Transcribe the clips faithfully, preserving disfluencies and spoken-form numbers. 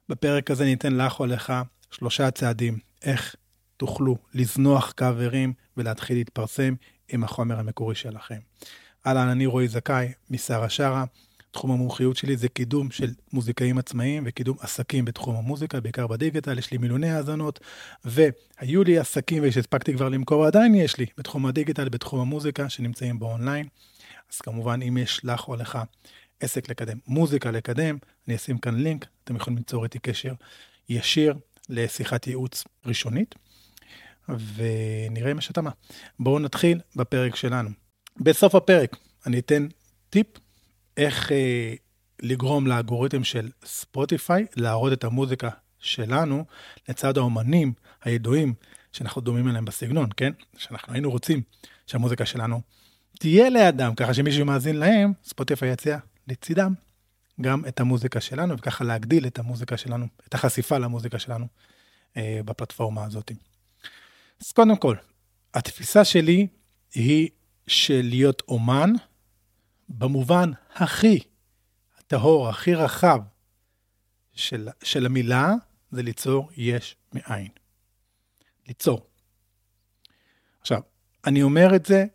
בפרק הזה ניתן לך או לך שלושה צעדים, איך תוכלו לזנוח קאברים ולהתחיל להתפרסם עם החומר המקורי שלכם. אהלן, אני רועי זכאי, משרה שרה. תחום המומחיות שלי זה קידום של מוזיקאים עצמאיים וקידום עסקים בתחום המוזיקה, בעיקר בדיגיטל. יש לי מיליוני האזנות, והיו לי עסקים ושהספקתי כבר למכור, עדיין יש לי בתחום הדיגיטל, בתחום המוזיקה שנמצאים באונליין. אז כמובן, אם יש לך או לך עסק לקדם, מוזיקה לקדם, אני אשים כאן לינק, אתם יכולים ליצור איתי קשר ישיר לשיחת ייעוץ ראשונית, ונראה מה שתמה. בואו נתחיל בפרק שלנו. בסוף הפרק אני אתן טיפ איך אה, לגרום לאלגוריתם של ספוטיפיי להראות את המוזיקה שלנו לצד האומנים הידועים שאנחנו דומים אליהם בסגנון, כן? שאנחנו היינו רוצים שהמוזיקה שלנו תהיה לידם, ככה שמישהו מאזין להם, ספוטיפיי יציע לצידם גם את המוזיקה שלנו, וככה להגדיל את המוזיקה שלנו, את החשיפה למוזיקה שלנו אה, בפלטפורמה הזאת. אז קודם כל, התפיסה שלי היא של להיות אומן, במובן הכי טהור, הכי רחב של, של המילה, זה ליצור יש מאין. ליצור. עכשיו, אני אומר את זה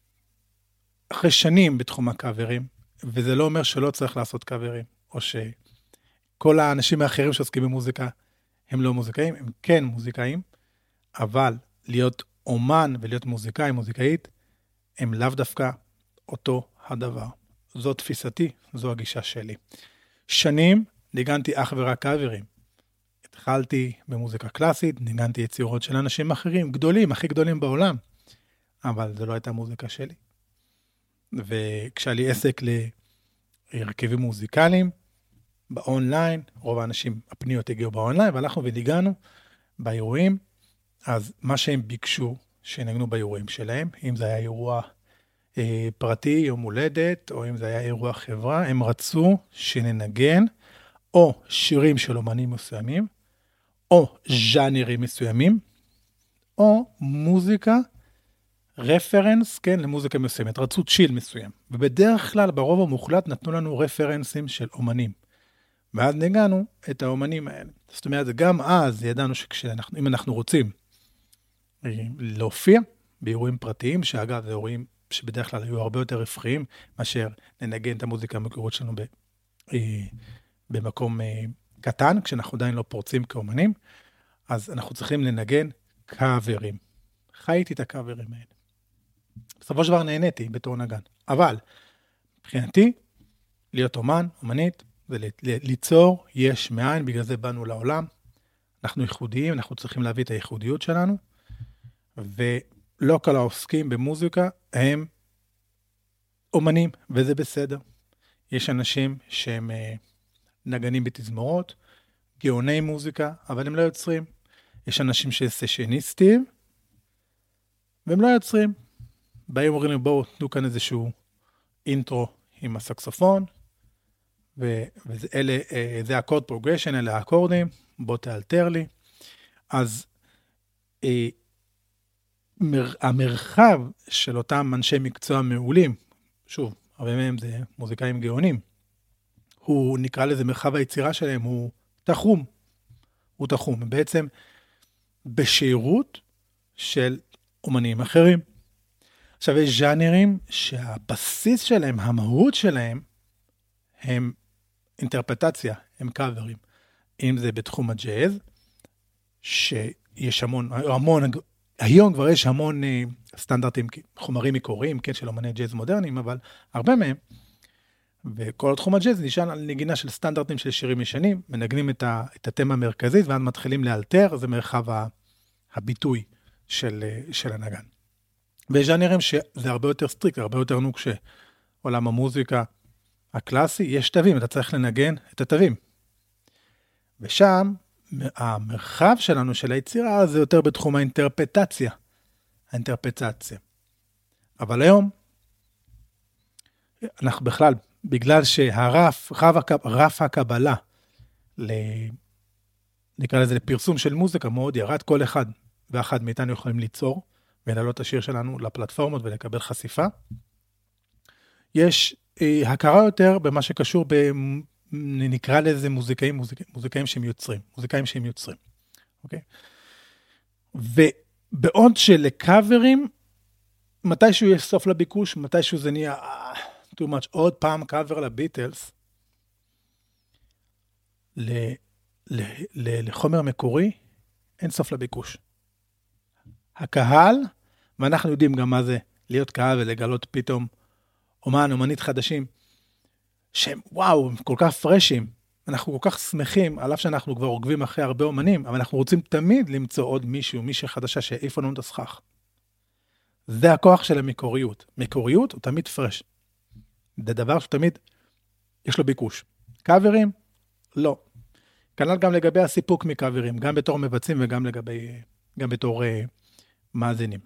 אחרי שנים בתחום הקאברים, וזה לא אומר שלא צריך לעשות קאברים, או שכל האנשים האחרים שעוסקים במוזיקה הם לא מוזיקאים, הם כן מוזיקאים, אבל להיות אומן ולהיות מוזיקאי, מוזיקאית, הם לאו דווקא אותו הדבר. זו תפיסתי, זו הגישה שלי. שנים ניגנתי אך ורק קאברים. התחלתי במוזיקה קלאסית, ניגנתי יצירות של אנשים אחרים, גדולים, הכי גדולים בעולם, אבל זו לא הייתה מוזיקה שלי. וכשהיה לי עסק להרכבים מוזיקליים, באונליין, רוב האנשים, הפניות הגיעו באונליין, והלכנו וניגענו באירועים, אז מה שהם ביקשו שנגנו באירועים שלהם, אם זה היה אירוע אה, פרטי, יום הולדת, או אם זה היה אירוע חברה, הם רצו שננגן או שירים של אומנים מסוימים, או ז'אנרים מסוימים, או מוזיקה, רפרנס, כן, למוזיקה מסוימת, רצו צ'יל מסוים. ובדרך כלל, ברוב המוחלט, נתנו לנו רפרנסים של אומנים. ואז ניגענו את האומנים האלה. זאת אומרת, גם אז ידענו שאם אנחנו רוצים להופיע באירועים פרטיים, שאגב, זה אירועים שבדרך כלל היו הרבה יותר רווחיים, מאשר לנגן את המוזיקה המקורית שלנו ב, אה, במקום אה, קטן, כשאנחנו עדיין לא פורצים כאומנים, אז אנחנו צריכים לנגן קאברים. חייתי את הקאברים האלה. בסופו של דבר נהניתי בתור נגן. אבל, מבחינתי, להיות אומן, אומנית, וליצור יש מאין, בגלל זה באנו לעולם. אנחנו ייחודיים, אנחנו צריכים להביא את הייחודיות שלנו, ולא כל העוסקים במוזיקה הם אומנים, וזה בסדר. יש אנשים שהם נגנים בתזמורות, גאוני מוזיקה, אבל הם לא יוצרים. יש אנשים שסשניסטים, והם לא יוצרים. באים אומרים לי, בואו, תנו כאן איזשהו אינטרו עם הסקסופון, ואלה, זה הקורד פרוגרשן, אלה האקורדים, בוא תאלתר לי. אז אה, מר, המרחב של אותם אנשי מקצוע מעולים, שוב, הרבה מהם זה מוזיקאים גאונים, הוא נקרא לזה מרחב היצירה שלהם, הוא תחום. הוא תחום, בעצם בשירות של אומנים אחרים. עכשיו, יש ז'אנרים שהבסיס שלהם, המהות שלהם, הם אינטרפטציה, הם קאברים. אם זה בתחום הג'אז, שיש המון, המון, היום כבר יש המון סטנדרטים, חומרים מקוריים, כן, של אומני ג'אז מודרניים, אבל הרבה מהם, וכל תחום הג'אז נשען על נגינה של סטנדרטים של שירים ישנים, מנגנים את, ה, את התמה המרכזית, ואז מתחילים לאלתר, זה מרחב הביטוי של, של הנגן. וז'אנרים שזה הרבה יותר סטריק, הרבה יותר נוקשה. עולם המוזיקה הקלאסי, יש תווים, אתה צריך לנגן את התווים. ושם, המרחב שלנו של היצירה, זה יותר בתחום האינטרפטציה. האינטרפטציה. אבל היום, אנחנו בכלל, בגלל שהרף, רף הקבלה, נקרא לזה לפרסום של מוזיקה, מאוד ירד, כל אחד ואחד מאיתנו יכולים ליצור, ולעלות את השיר שלנו לפלטפורמות ולקבל חשיפה. יש אה, הכרה יותר במה שקשור נקרא לזה מוזיקאים, מוזיק, מוזיקאים שהם יוצרים, מוזיקאים שהם יוצרים, אוקיי? ובעוד שלקאברים, מתישהו יש סוף לביקוש, מתישהו זה נהיה, too much, עוד פעם קאבר לביטלס, ל, ל, ל, לחומר מקורי, אין סוף לביקוש. הקהל, ואנחנו יודעים גם מה זה להיות קהל ולגלות פתאום אומן, אומנית חדשים, שהם וואו, הם כל כך פרשים, אנחנו כל כך שמחים, על אף שאנחנו כבר עוקבים אחרי הרבה אומנים, אבל אנחנו רוצים תמיד למצוא עוד מישהו, מישהו חדשה שאיפה לנו את הסכך. זה הכוח של המקוריות. מקוריות הוא תמיד פרש. זה דבר שתמיד יש לו ביקוש. קאברים? לא. כנ"ל גם לגבי הסיפוק מקאברים, גם בתור מבצעים וגם לגבי, גם בתור uh, מאזינים.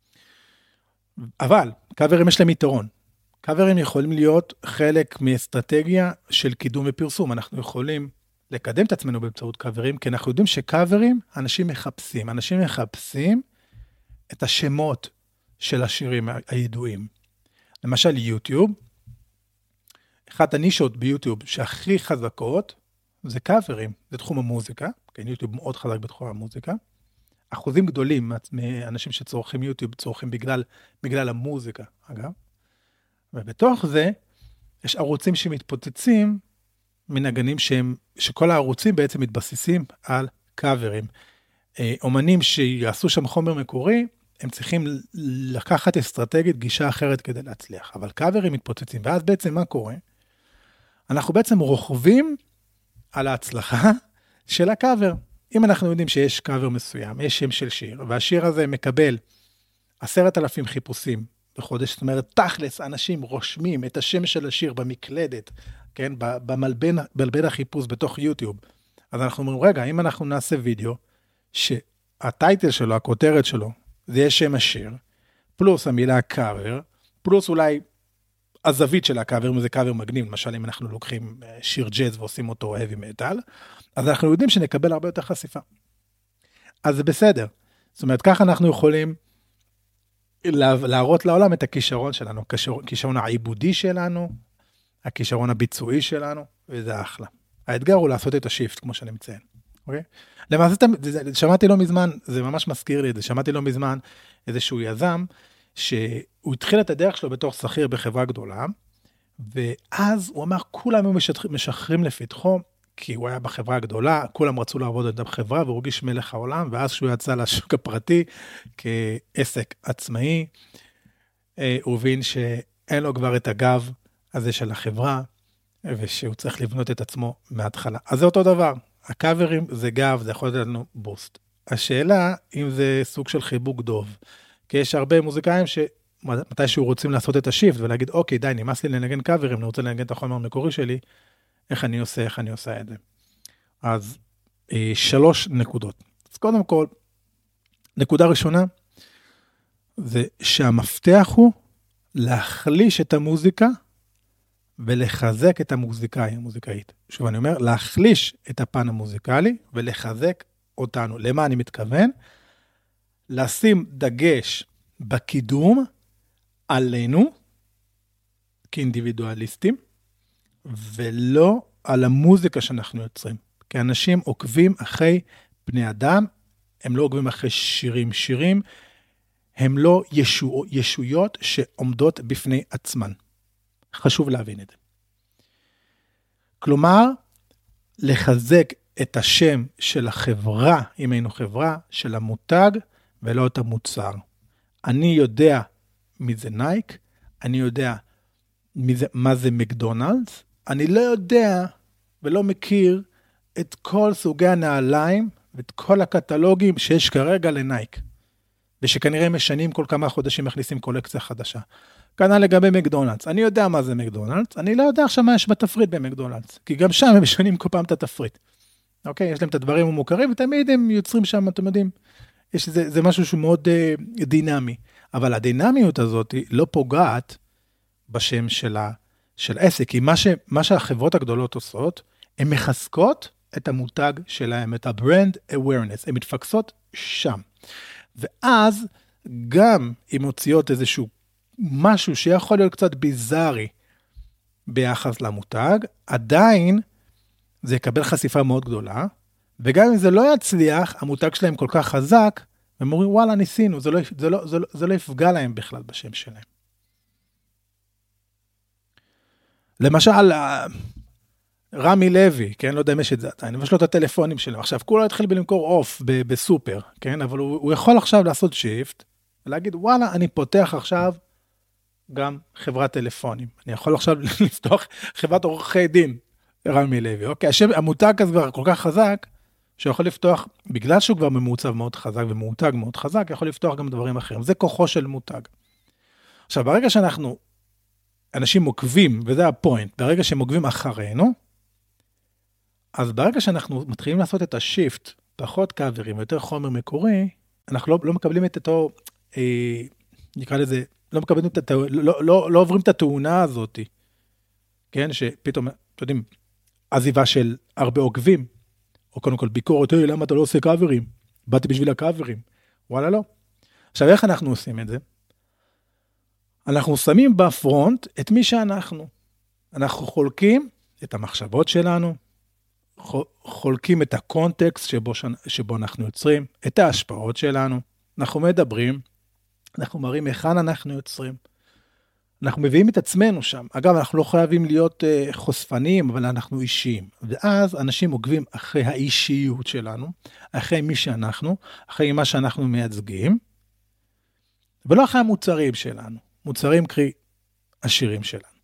אבל קאברים יש להם יתרון. קאברים יכולים להיות חלק מאסטרטגיה של קידום ופרסום. אנחנו יכולים לקדם את עצמנו באמצעות קאברים, כי אנחנו יודעים שקאברים אנשים מחפשים. אנשים מחפשים את השמות של השירים הידועים. למשל יוטיוב, אחת הנישות ביוטיוב שהכי חזקות, זה קאברים, זה תחום המוזיקה, כן, יוטיוב מאוד חזק בתחום המוזיקה. אחוזים גדולים מאנשים שצורכים יוטיוב, צורכים בגלל, בגלל המוזיקה, אגב. ובתוך זה, יש ערוצים שמתפוצצים מנגנים שהם, שכל הערוצים בעצם מתבססים על קאברים. אומנים שיעשו שם חומר מקורי, הם צריכים לקחת אסטרטגית גישה אחרת כדי להצליח. אבל קאברים מתפוצצים, ואז בעצם מה קורה? אנחנו בעצם רוכבים על ההצלחה של הקאבר. אם אנחנו יודעים שיש קאבר מסוים, יש שם של שיר, והשיר הזה מקבל עשרת אלפים חיפושים בחודש, זאת אומרת, תכלס, אנשים רושמים את השם של השיר במקלדת, כן, במלבן, במלבן החיפוש בתוך יוטיוב. אז אנחנו אומרים, רגע, אם אנחנו נעשה וידאו, שהטייטל שלו, הכותרת שלו, זה יהיה שם השיר, פלוס המילה קאבר, פלוס אולי הזווית של הקאבר, אם זה קאבר מגניב, למשל אם אנחנו לוקחים שיר ג'אז ועושים אותו heavy metal, אז אנחנו יודעים שנקבל הרבה יותר חשיפה. אז זה בסדר. זאת אומרת, ככה אנחנו יכולים להראות לעולם את הכישרון שלנו, הכישרון העיבודי שלנו, הכישרון הביצועי שלנו, וזה אחלה. האתגר הוא לעשות את השיפט, כמו שאני מציין. אוקיי? למעשה, שמעתי לא מזמן, זה ממש מזכיר לי את זה, שמעתי לא מזמן איזשהו יזם, שהוא התחיל את הדרך שלו בתור שכיר בחברה גדולה, ואז הוא אמר, כולם היו משחררים לפתחו, כי הוא היה בחברה הגדולה, כולם רצו לעבוד את החברה, והוא הרגיש מלך העולם, ואז שהוא יצא לשוק הפרטי, כעסק עצמאי, הוא הבין שאין לו כבר את הגב הזה של החברה, ושהוא צריך לבנות את עצמו מההתחלה. אז זה אותו דבר, הקאברים זה גב, זה יכול להיות לנו בוסט. השאלה, אם זה סוג של חיבוק דוב, כי יש הרבה מוזיקאים שמתי שהוא רוצים לעשות את השיפט, ולהגיד, אוקיי, די, נמאס לי לנגן קאברים, אני רוצה לנגן את החומר המקורי שלי, איך אני עושה, איך אני עושה את זה. אז שלוש נקודות. אז קודם כל, נקודה ראשונה, זה שהמפתח הוא להחליש את המוזיקה, ולחזק את המוזיקאי, המוזיקאית. שוב, אני אומר, להחליש את הפן המוזיקלי, ולחזק אותנו. למה אני מתכוון? לשים דגש בקידום עלינו, כאינדיבידואליסטים, ולא על המוזיקה שאנחנו יוצרים. כי אנשים עוקבים אחרי בני אדם, הם לא עוקבים אחרי שירים. שירים הם לא ישוע, ישויות שעומדות בפני עצמן. חשוב להבין את זה. כלומר, לחזק את השם של החברה, אם היינו חברה, של המותג, ולא את המוצר. אני יודע מי זה נייק, אני יודע מי זה, מה זה מקדונלדס, אני לא יודע ולא מכיר את כל סוגי הנעליים, ואת כל הקטלוגים שיש כרגע לנייק, ושכנראה משנים כל כמה חודשים מכניסים קולקציה חדשה. כנ"ל לגבי מקדונלדס, אני יודע מה זה מקדונלדס, אני לא יודע עכשיו מה יש בתפריט במקדונלדס, כי גם שם הם משנים כל פעם את התפריט. אוקיי? יש להם את הדברים המוכרים, ותמיד הם יוצרים שם, אתם יודעים, יש, זה, זה משהו שהוא מאוד uh, דינמי, אבל הדינמיות הזאת לא פוגעת בשם של, ה, של עסק, כי מה, ש, מה שהחברות הגדולות עושות, הן מחזקות את המותג שלהם, את ה-brand awareness, הן מתפקסות שם. ואז גם אם מוציאות איזשהו משהו שיכול להיות קצת ביזארי ביחס למותג, עדיין זה יקבל חשיפה מאוד גדולה, וגם אם זה לא יצליח, המותג שלהם כל כך חזק, הם אומרים, וואלה, ניסינו, זה לא, זה לא, זה לא, זה לא יפגע להם בכלל בשם שלהם. למשל, רמי לוי, כן, לא יודע אם יש את זה עדיין, אבל יש לו את הטלפונים שלהם. עכשיו, כולו התחיל בלמכור אוף בסופר, כן, אבל הוא, הוא יכול עכשיו לעשות שיפט, ולהגיד, וואלה, אני פותח עכשיו גם חברת טלפונים. אני יכול עכשיו לפתוח חברת עורכי דין, רמי לוי, אוקיי? השם, המותג הזה כבר כל כך חזק, שהוא יכול לפתוח, בגלל שהוא כבר ממוצב מאוד חזק, ומותג מאוד חזק, יכול לפתוח גם דברים אחרים. זה כוחו של מותג. עכשיו, ברגע שאנחנו, אנשים מוקבים, וזה הפוינט, ברגע שהם מוקבים אחרינו, אז ברגע שאנחנו מתחילים לעשות את השיפט, פחות קאברים, יותר חומר מקורי, אנחנו לא, לא מקבלים את אותו, אה, נקרא לזה, לא מקבלים את התא, לא, לא, לא עוברים את התאונה הזאת, כן, שפתאום, אתם יודעים, עזיבה של הרבה עוקבים, או קודם כל ביקורת, היי, למה אתה לא עושה קאברים? באתי בשביל הקאברים. וואלה, לא. עכשיו, איך אנחנו עושים את זה? אנחנו שמים בפרונט את מי שאנחנו. אנחנו חולקים את המחשבות שלנו, חולקים את הקונטקסט שבו, שבו אנחנו יוצרים, את ההשפעות שלנו, אנחנו מדברים, אנחנו מראים היכן אנחנו יוצרים, אנחנו מביאים את עצמנו שם. אגב, אנחנו לא חייבים להיות uh, חושפנים, אבל אנחנו אישיים. ואז אנשים עוקבים אחרי האישיות שלנו, אחרי מי שאנחנו, אחרי מה שאנחנו מייצגים, ולא אחרי המוצרים שלנו. מוצרים קרי השירים שלנו.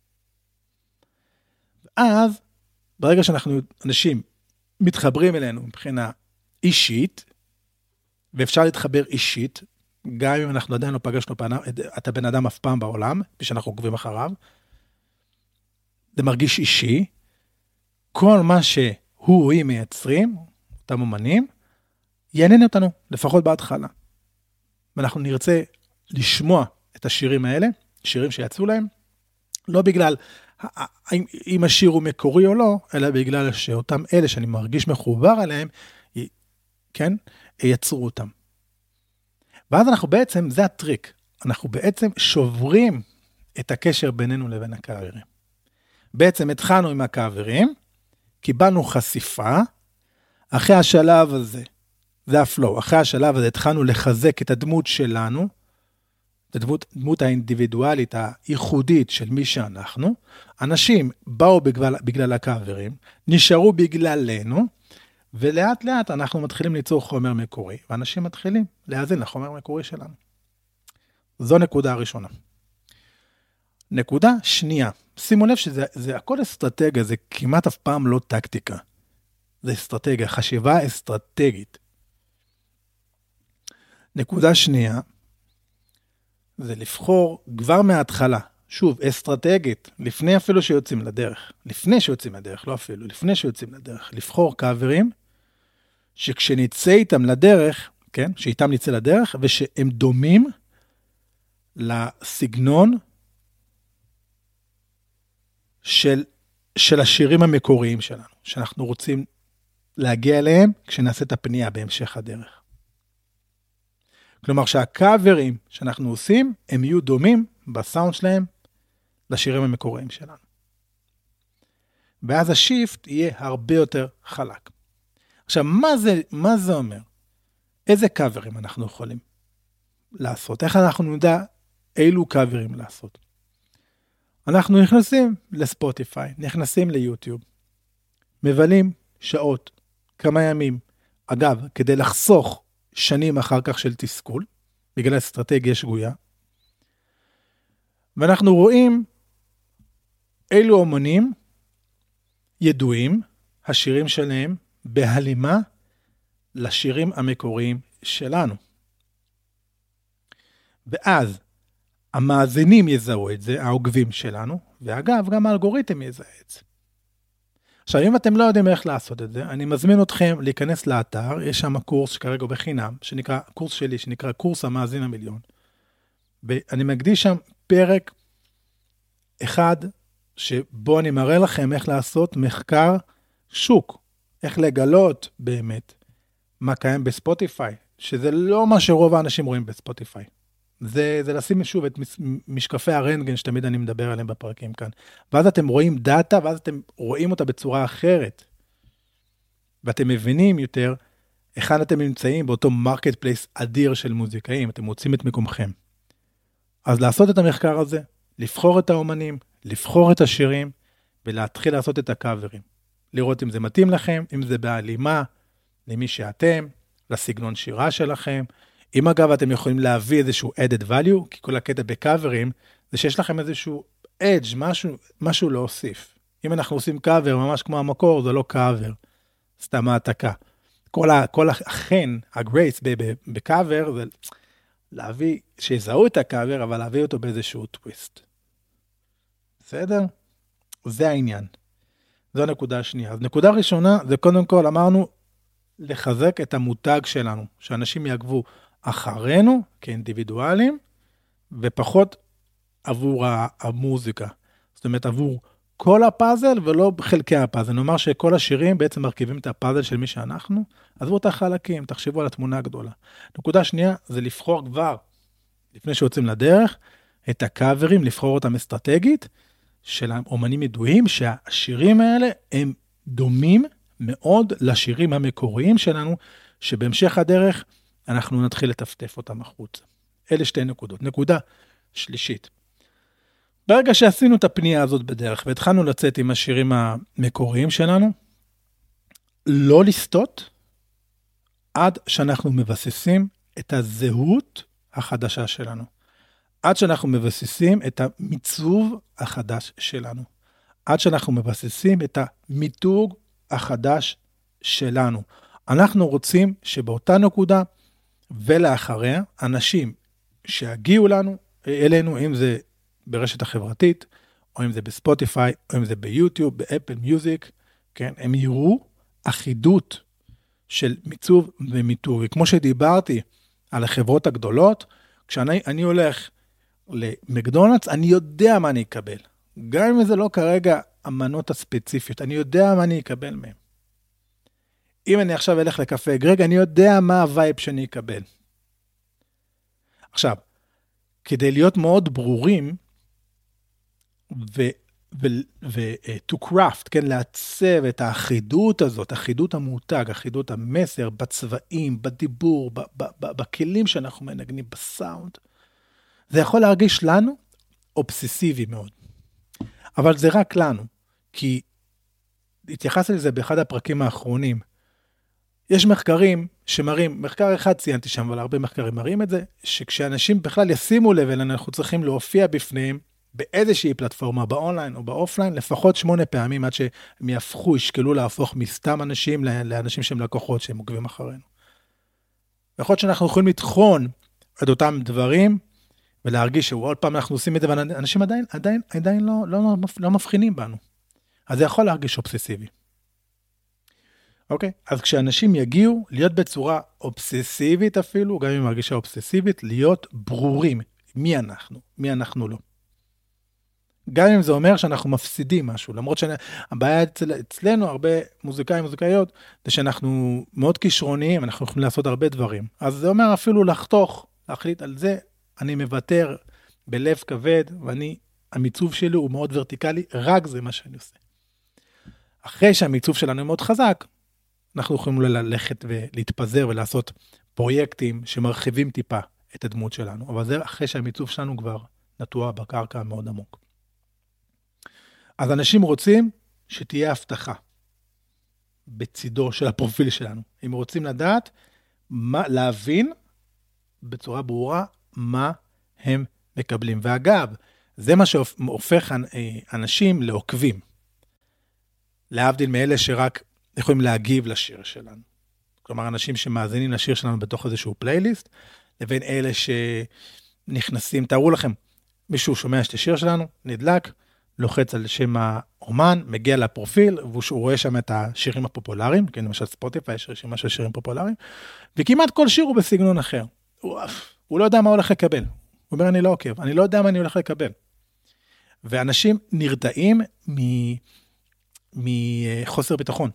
ואז, ברגע שאנחנו, אנשים מתחברים אלינו מבחינה אישית, ואפשר להתחבר אישית, גם אם אנחנו עדיין לא פגשנו את הבן אדם אף פעם בעולם, כשאנחנו עוקבים אחריו, זה מרגיש אישי, כל מה שהוא או היא מייצרים, אותם אומנים, יעניין אותנו, לפחות בהתחלה. ואנחנו נרצה לשמוע את השירים האלה, שירים שיצאו להם, לא בגלל אם השיר הוא מקורי או לא, אלא בגלל שאותם אלה שאני מרגיש מחובר עליהם, כן, ייצרו אותם. ואז אנחנו בעצם, זה הטריק, אנחנו בעצם שוברים את הקשר בינינו לבין הקאברים. בעצם התחלנו עם הקאברים, קיבלנו חשיפה, אחרי השלב הזה, זה הפלואו, אחרי השלב הזה התחלנו לחזק את הדמות שלנו, את הדמות, דמות האינדיבידואלית הייחודית של מי שאנחנו, אנשים באו בגלל, בגלל הקאברים, נשארו בגללנו, ולאט לאט אנחנו מתחילים ליצור חומר מקורי, ואנשים מתחילים להאזין לחומר מקורי שלנו. זו נקודה הראשונה. נקודה שנייה, שימו לב שזה זה הכל אסטרטגיה, זה כמעט אף פעם לא טקטיקה. זה אסטרטגיה, חשיבה אסטרטגית. נקודה שנייה, זה לבחור כבר מההתחלה, שוב, אסטרטגית, לפני אפילו שיוצאים לדרך, לפני שיוצאים לדרך, לא אפילו, לפני שיוצאים לדרך, לבחור קאברים, שכשנצא איתם לדרך, כן, שאיתם נצא לדרך, ושהם דומים לסגנון של, של השירים המקוריים שלנו, שאנחנו רוצים להגיע אליהם, כשנעשה את הפנייה בהמשך הדרך. כלומר שהקאברים שאנחנו עושים, הם יהיו דומים בסאונד שלהם, לשירים המקוריים שלנו. ואז השיפט יהיה הרבה יותר חלק. עכשיו, מה זה, מה זה אומר? איזה קאברים אנחנו יכולים לעשות? איך אנחנו נדע אילו קאברים לעשות? אנחנו נכנסים לספוטיפיי, נכנסים ליוטיוב, מבלים שעות, כמה ימים. אגב, כדי לחסוך שנים אחר כך של תסכול, בגלל אסטרטגיה שגויה, ואנחנו רואים אילו אומנים ידועים, השירים שלהם, בהלימה לשירים המקוריים שלנו. ואז המאזינים יזהו את זה, העוקבים שלנו, ואגב, גם האלגוריתם יזהה את זה. עכשיו, אם אתם לא יודעים איך לעשות את זה, אני מזמין אתכם להיכנס לאתר, יש שם קורס שכרגע הוא בחינם, שנקרא, קורס שלי, שנקרא קורס המאזין המיליון. ואני מקדיש שם פרק אחד, שבו אני מראה לכם איך לעשות מחקר שוק, איך לגלות באמת מה קיים בספוטיפיי, שזה לא מה שרוב האנשים רואים בספוטיפיי. זה, זה לשים שוב את משקפי הרנטגן שתמיד אני מדבר עליהם בפרקים כאן. ואז אתם רואים דאטה, ואז אתם רואים אותה בצורה אחרת. ואתם מבינים יותר היכן אתם נמצאים באותו מרקט פלייס אדיר של מוזיקאים, אתם מוצאים את מקומכם. אז לעשות את המחקר הזה, לבחור את האומנים, לבחור את השירים, ולהתחיל לעשות את הקאברים. לראות אם זה מתאים לכם, אם זה בהלימה, למי שאתם, לסגנון שירה שלכם. אם אגב אתם יכולים להביא איזשהו added value, כי כל הקטע בקאברים, זה שיש לכם איזשהו edge, משהו, משהו להוסיף. אם אנחנו עושים קאבר ממש כמו המקור, זה לא קאבר, סתם העתקה. כל, ה, כל החן, הגרייס בקאבר, זה להביא, שיזהו את הקאבר, אבל להביא אותו באיזשהו טוויסט. בסדר? זה העניין. זו הנקודה השנייה. אז נקודה ראשונה, זה קודם כל אמרנו, לחזק את המותג שלנו, שאנשים יעקבו אחרינו כאינדיבידואלים, ופחות עבור המוזיקה. זאת אומרת, עבור כל הפאזל ולא חלקי הפאזל. נאמר שכל השירים בעצם מרכיבים את הפאזל של מי שאנחנו, עזבו את החלקים, תחשבו על התמונה הגדולה. נקודה שנייה, זה לבחור כבר, לפני שיוצאים לדרך, את הקאברים, לבחור אותם אסטרטגית, של אומנים ידועים, שהשירים האלה הם דומים מאוד לשירים המקוריים שלנו, שבהמשך הדרך אנחנו נתחיל לטפטף אותם החוצה. אלה שתי נקודות. נקודה שלישית. ברגע שעשינו את הפנייה הזאת בדרך, והתחלנו לצאת עם השירים המקוריים שלנו, לא לסטות, עד שאנחנו מבססים את הזהות החדשה שלנו. עד שאנחנו מבססים את המיצוב החדש שלנו. עד שאנחנו מבססים את המיתוג החדש שלנו. אנחנו רוצים שבאותה נקודה ולאחריה, אנשים שהגיעו לנו, אלינו, אם זה ברשת החברתית, או אם זה בספוטיפיי, או אם זה ביוטיוב, באפל מיוזיק, כן, הם יראו אחידות של מיצוב ומיתוג. וכמו שדיברתי על החברות הגדולות, כשאני אני הולך למקדונלדס, אני יודע מה אני אקבל. גם אם זה לא כרגע המנות הספציפיות, אני יודע מה אני אקבל מהם. אם אני עכשיו אלך לקפה גרג, אני יודע מה הווייב שאני אקבל. עכשיו, כדי להיות מאוד ברורים, ו, ו, ו, to craft, כן, לעצב את האחידות הזאת, אחידות המותג, אחידות המסר, בצבעים, בדיבור, ב, ב, ב, בכלים שאנחנו מנגנים, בסאונד, זה יכול להרגיש לנו אובססיבי מאוד. אבל זה רק לנו, כי התייחסתי לזה באחד הפרקים האחרונים, יש מחקרים שמראים, מחקר אחד ציינתי שם, אבל הרבה מחקרים מראים את זה, שכשאנשים בכלל ישימו לב, אנחנו צריכים להופיע בפניהם, באיזושהי פלטפורמה, באונליין או באופליין, לפחות שמונה פעמים, עד שהם יהפכו, ישקלו להפוך מסתם אנשים, לאנשים שהם לקוחות, שהם עוקבים אחרינו. יכול להיות שאנחנו יכולים לתחון את אותם דברים, ולהרגיש שעוד פעם אנחנו עושים את זה, ואנשים עדיין, עדיין, עדיין לא, לא, לא מבחינים בנו. אז זה יכול להרגיש אובססיבי. אוקיי? אז כשאנשים יגיעו, להיות בצורה אובססיבית אפילו, גם אם מרגישה אובססיבית, להיות ברורים מי אנחנו, מי אנחנו לא. גם אם זה אומר שאנחנו מפסידים משהו, למרות שהבעיה אצל, אצלנו, הרבה מוזיקאים, מוזיקאיות, זה שאנחנו מאוד כישרוניים, אנחנו יכולים לעשות הרבה דברים. אז זה אומר אפילו לחתוך, להחליט על זה, אני מוותר בלב כבד, ואני, המיצוב שלי הוא מאוד ורטיקלי, רק זה מה שאני עושה. אחרי שהמיצוב שלנו מאוד חזק, אנחנו יכולים ללכת ולהתפזר ולעשות פרויקטים שמרחיבים טיפה את הדמות שלנו, אבל זה אחרי שהמיצוב שלנו כבר נטוע בקרקע מאוד עמוק. אז אנשים רוצים שתהיה הבטחה בצידו של הפרופיל שלנו. הם רוצים לדעת, מה, להבין בצורה ברורה מה הם מקבלים. ואגב, זה מה שהופך אנשים לעוקבים. להבדיל מאלה שרק יכולים להגיב לשיר שלנו. כלומר, אנשים שמאזינים לשיר שלנו בתוך איזשהו פלייליסט, לבין אלה שנכנסים, תארו לכם, מישהו שומע את השיר שלנו, נדלק, לוחץ על שם האומן, מגיע לפרופיל, והוא רואה שם את השירים הפופולריים, כן, למשל ספוטיפיי, יש רשימה של שירים פופולריים, וכמעט כל שיר הוא בסגנון אחר. הוא, הוא לא יודע מה הולך לקבל. הוא אומר, אני לא עוקב, אני לא יודע מה אני הולך לקבל. ואנשים נרתעים מחוסר ביטחון,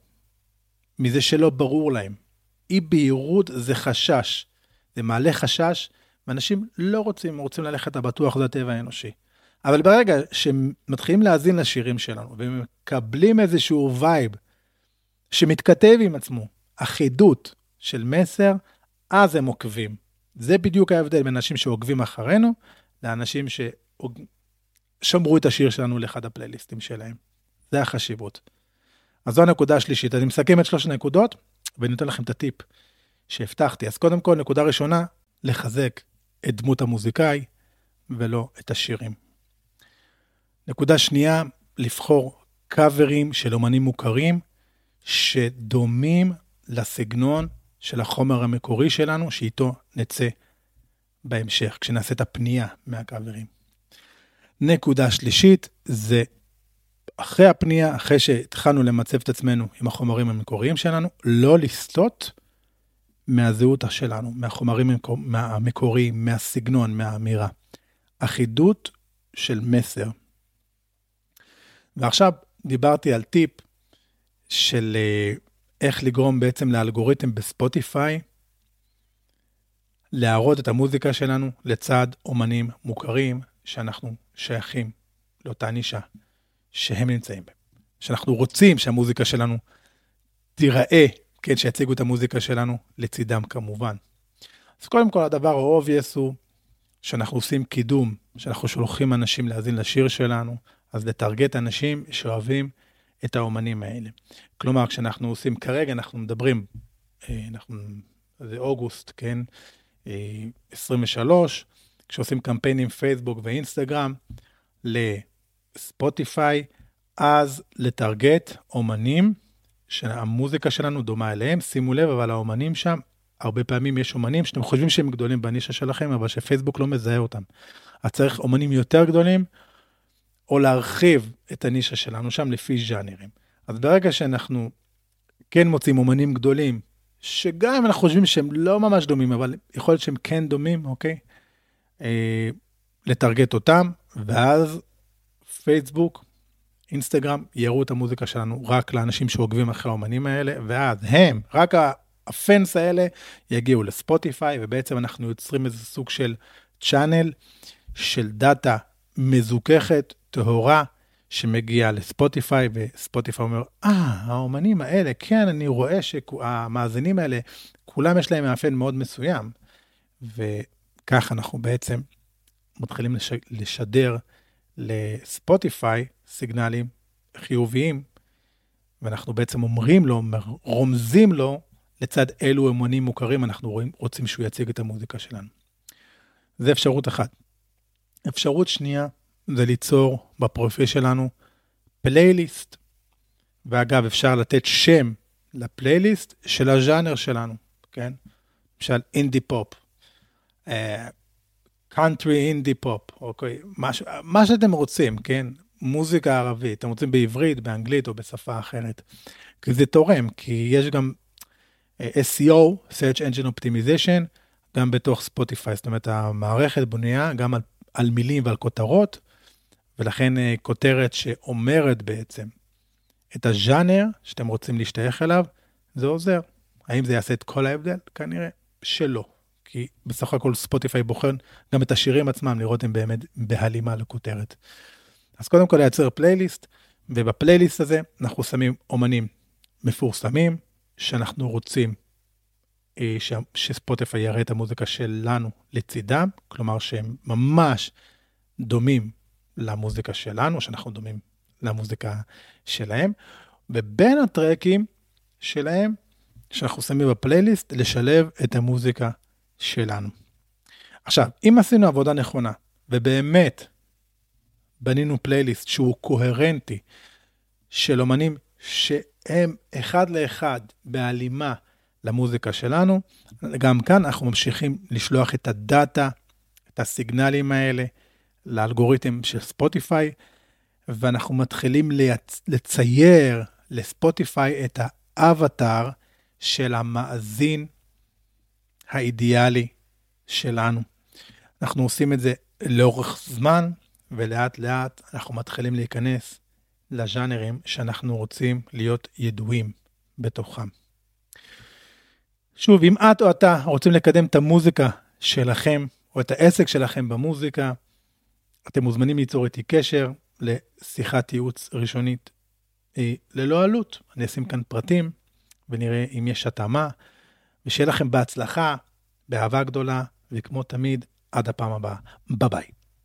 מזה שלא ברור להם. אי בהירות זה חשש, זה מעלה חשש, ואנשים לא רוצים, רוצים ללכת הבטוח, זה הטבע האנושי. אבל ברגע שמתחילים להאזין לשירים שלנו, ומקבלים איזשהו וייב, שמתכתב עם עצמו, אחידות של מסר, אז הם עוקבים. זה בדיוק ההבדל בין אנשים שעוקבים אחרינו, לאנשים ששמרו את השיר שלנו לאחד הפלייליסטים שלהם. זה החשיבות. אז זו הנקודה השלישית. אני מסכם את שלוש הנקודות, ואני נותן לכם את הטיפ שהבטחתי. אז קודם כל, נקודה ראשונה, לחזק את דמות המוזיקאי, ולא את השירים. נקודה שנייה, לבחור קאברים של אומנים מוכרים, שדומים לסגנון של החומר המקורי שלנו, שאיתו נצא בהמשך, כשנעשה את הפנייה מהקאברים. נקודה שלישית, זה אחרי הפנייה, אחרי שהתחלנו למצב את עצמנו עם החומרים המקוריים שלנו, לא לסטות מהזהות שלנו, מהחומרים המקוריים, מהסגנון, מהאמירה. אחידות של מסר. ועכשיו דיברתי על טיפ של איך לגרום בעצם לאלגוריתם בספוטיפיי, להראות את המוזיקה שלנו לצד אומנים מוכרים שאנחנו שייכים לאותה נישה שהם נמצאים בהם. שאנחנו רוצים שהמוזיקה שלנו תיראה, כן, שיציגו את המוזיקה שלנו לצידם כמובן. אז קודם כל הדבר האובייס הוא שאנחנו עושים קידום, שאנחנו שולחים אנשים להאזין לשיר שלנו, אז לטרגט אנשים שאוהבים את האומנים האלה. כלומר, כשאנחנו עושים כרגע, אנחנו מדברים, אנחנו, זה אוגוסט, כן, עשרים ושלוש, כשעושים קמפיינים פייסבוק ואינסטגרם לספוטיפיי, אז לטרגט אומנים שהמוזיקה שלנו דומה אליהם. שימו לב, אבל האומנים שם, הרבה פעמים יש אומנים שאתם חושבים שהם גדולים בנישה שלכם, אבל שפייסבוק לא מזהה אותם. אז צריך אומנים יותר גדולים, או להרחיב את הנישה שלנו שם לפי ז'אנרים. אז ברגע שאנחנו כן מוצאים אומנים גדולים, שגם אם אנחנו חושבים שהם לא ממש דומים, אבל יכול להיות שהם כן דומים, אוקיי? אה, לטרגט אותם, ואז פייסבוק, אינסטגרם, יראו את המוזיקה שלנו רק לאנשים שעוקבים אחרי האומנים האלה, ואז הם, רק הפנס האלה, יגיעו לספוטיפיי, ובעצם אנחנו יוצרים איזה סוג של צ'אנל, של דאטה מזוככת, טהורה, שמגיעה לספוטיפיי, וספוטיפיי אומר, אה, האומנים האלה, כן, אני רואה שהמאזינים האלה, כולם יש להם מאפיין מאוד מסוים, וכך אנחנו בעצם מתחילים לשדר לספוטיפיי סיגנלים חיוביים, ואנחנו בעצם אומרים לו, רומזים לו, לצד אילו אומנים מוכרים, אנחנו רואים, רוצים שהוא יציג את המוזיקה שלנו. זה אפשרות אחת. אפשרות שנייה, זה ליצור בפרופיל שלנו פלייליסט, ואגב אפשר לתת שם לפלייליסט של הז'אנר שלנו, כן? למשל אינדי פופ, קאנטרי אינדי פופ, אוקיי? מה, מה שאתם רוצים, כן? מוזיקה ערבית, אתם רוצים בעברית, באנגלית או בשפה אחרת. כי זה תורם, כי יש גם אס אי או, Search Engine Optimization, גם בתוך ספוטיפיי, זאת אומרת המערכת בנויה גם על, על מילים ועל כותרות, ולכן כותרת שאומרת בעצם את הז'אנר שאתם רוצים להשתייך אליו, זה עוזר. האם זה יעשה את כל ההבדל? כנראה שלא. כי בסך הכל ספוטיפיי בוחן גם את השירים עצמם, לראות אם באמת בהלימה לכותרת. אז קודם כל לייצר פלייליסט, ובפלייליסט הזה אנחנו שמים אומנים מפורסמים, שאנחנו רוצים ש... שספוטיפיי יראה את המוזיקה שלנו לצידם, כלומר שהם ממש דומים למוזיקה שלנו, שאנחנו דומים למוזיקה שלהם, ובין הטרקים שלהם, שאנחנו שמים בפלייליסט, לשלב את המוזיקה שלנו. עכשיו, אם עשינו עבודה נכונה, ובאמת בנינו פלייליסט שהוא קוהרנטי, של אומנים שהם אחד לאחד בהלימה למוזיקה שלנו, גם כאן אנחנו ממשיכים לשלוח את הדאטה, את הסיגנלים האלה, לאלגוריתם של ספוטיפיי, ואנחנו מתחילים לייצ... לצייר לספוטיפיי את האבטר של המאזין האידיאלי שלנו. אנחנו עושים את זה לאורך זמן, ולאט לאט אנחנו מתחילים להיכנס לז'אנרים שאנחנו רוצים להיות ידועים בתוכם. שוב, אם את או אתה רוצים לקדם את המוזיקה שלכם, או את העסק שלכם במוזיקה, אתם מוזמנים ליצור איתי קשר לשיחת ייעוץ ראשונית ללא עלות. אני אשים כאן פרטים ונראה אם יש התאמה, ושיהיה לכם בהצלחה, באהבה גדולה, וכמו תמיד, עד הפעם הבאה. ביי ביי.